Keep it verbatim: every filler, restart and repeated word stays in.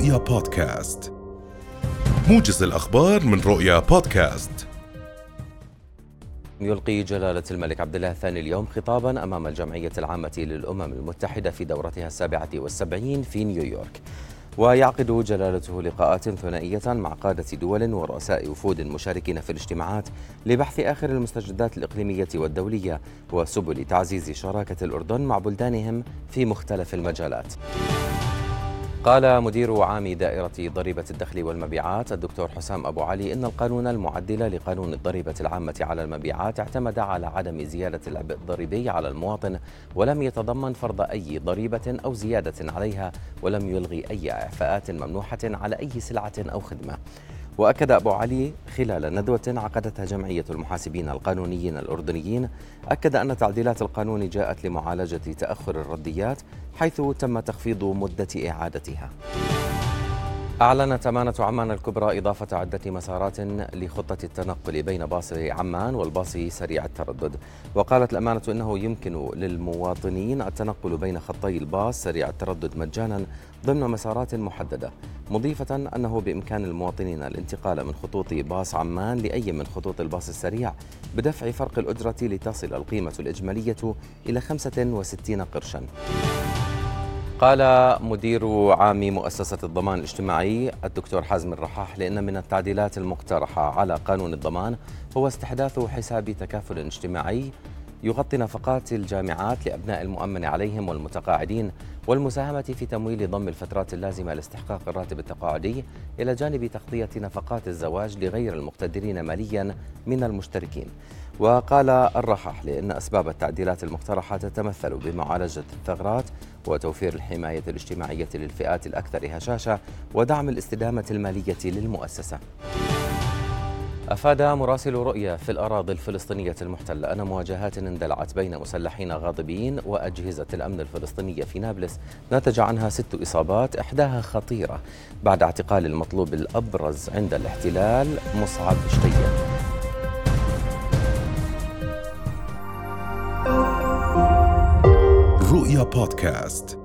رؤيا بودكاست، موجز الأخبار من رؤيا بودكاست. يلقي جلالة الملك عبد الله الثاني اليوم خطابا أمام الجمعية العامة للأمم المتحدة في دورتها السابعة والسبعين في نيويورك، ويعقد جلالته لقاءات ثنائية مع قادة دول ورؤساء وفود مشاركين في الاجتماعات لبحث آخر المستجدات الإقليمية والدولية وسبل تعزيز شراكة الأردن مع بلدانهم في مختلف المجالات. قال مدير عام دائرة ضريبة الدخل والمبيعات الدكتور حسام أبو علي إن القانون المعدل لقانون الضريبة العامة على المبيعات اعتمد على عدم زيادة العبء الضريبي على المواطن، ولم يتضمن فرض أي ضريبة أو زيادة عليها، ولم يلغي أي إعفاءات ممنوحة على أي سلعة أو خدمة. وأكد أبو علي خلال ندوة عقدتها جمعية المحاسبين القانونيين الأردنيين، أكد أن تعديلات القانون جاءت لمعالجة تأخر الرديات، حيث تم تخفيض مدة إعادتها. أعلنت أمانة عمان الكبرى إضافة عدة مسارات لخطة التنقل بين باص عمان والباص سريع التردد، وقالت الأمانة إنه يمكن للمواطنين التنقل بين خطي الباص سريع التردد مجانا ضمن مسارات محددة، مضيفة أنه بإمكان المواطنين الانتقال من خطوط باص عمان لأي من خطوط الباص السريع بدفع فرق الأجرة لتصل القيمة الإجمالية إلى خمسة وستين قرشا. قال مدير عام مؤسسة الضمان الاجتماعي الدكتور حازم الرحاح لأن من التعديلات المقترحة على قانون الضمان هو استحداث حساب تكافل اجتماعي يغطي نفقات الجامعات لأبناء المؤمن عليهم والمتقاعدين، والمساهمة في تمويل ضم الفترات اللازمة لاستحقاق الراتب التقاعدي، إلى جانب تغطية نفقات الزواج لغير المقتدرين ماليا من المشتركين. وقال الرحاح لأن أسباب التعديلات المقترحة تتمثل بمعالجة الثغرات وتوفير الحماية الاجتماعية للفئات الأكثر هشاشة ودعم الاستدامة المالية للمؤسسة. أفاد مراسل رؤيا في الأراضي الفلسطينية المحتلة أن مواجهات اندلعت بين مسلحين غاضبين وأجهزة الأمن الفلسطينية في نابلس نتج عنها ست إصابات، إحداها خطيرة بعد اعتقال المطلوب الأبرز عند الاحتلال مصعب شتية. رؤيا بودكاست.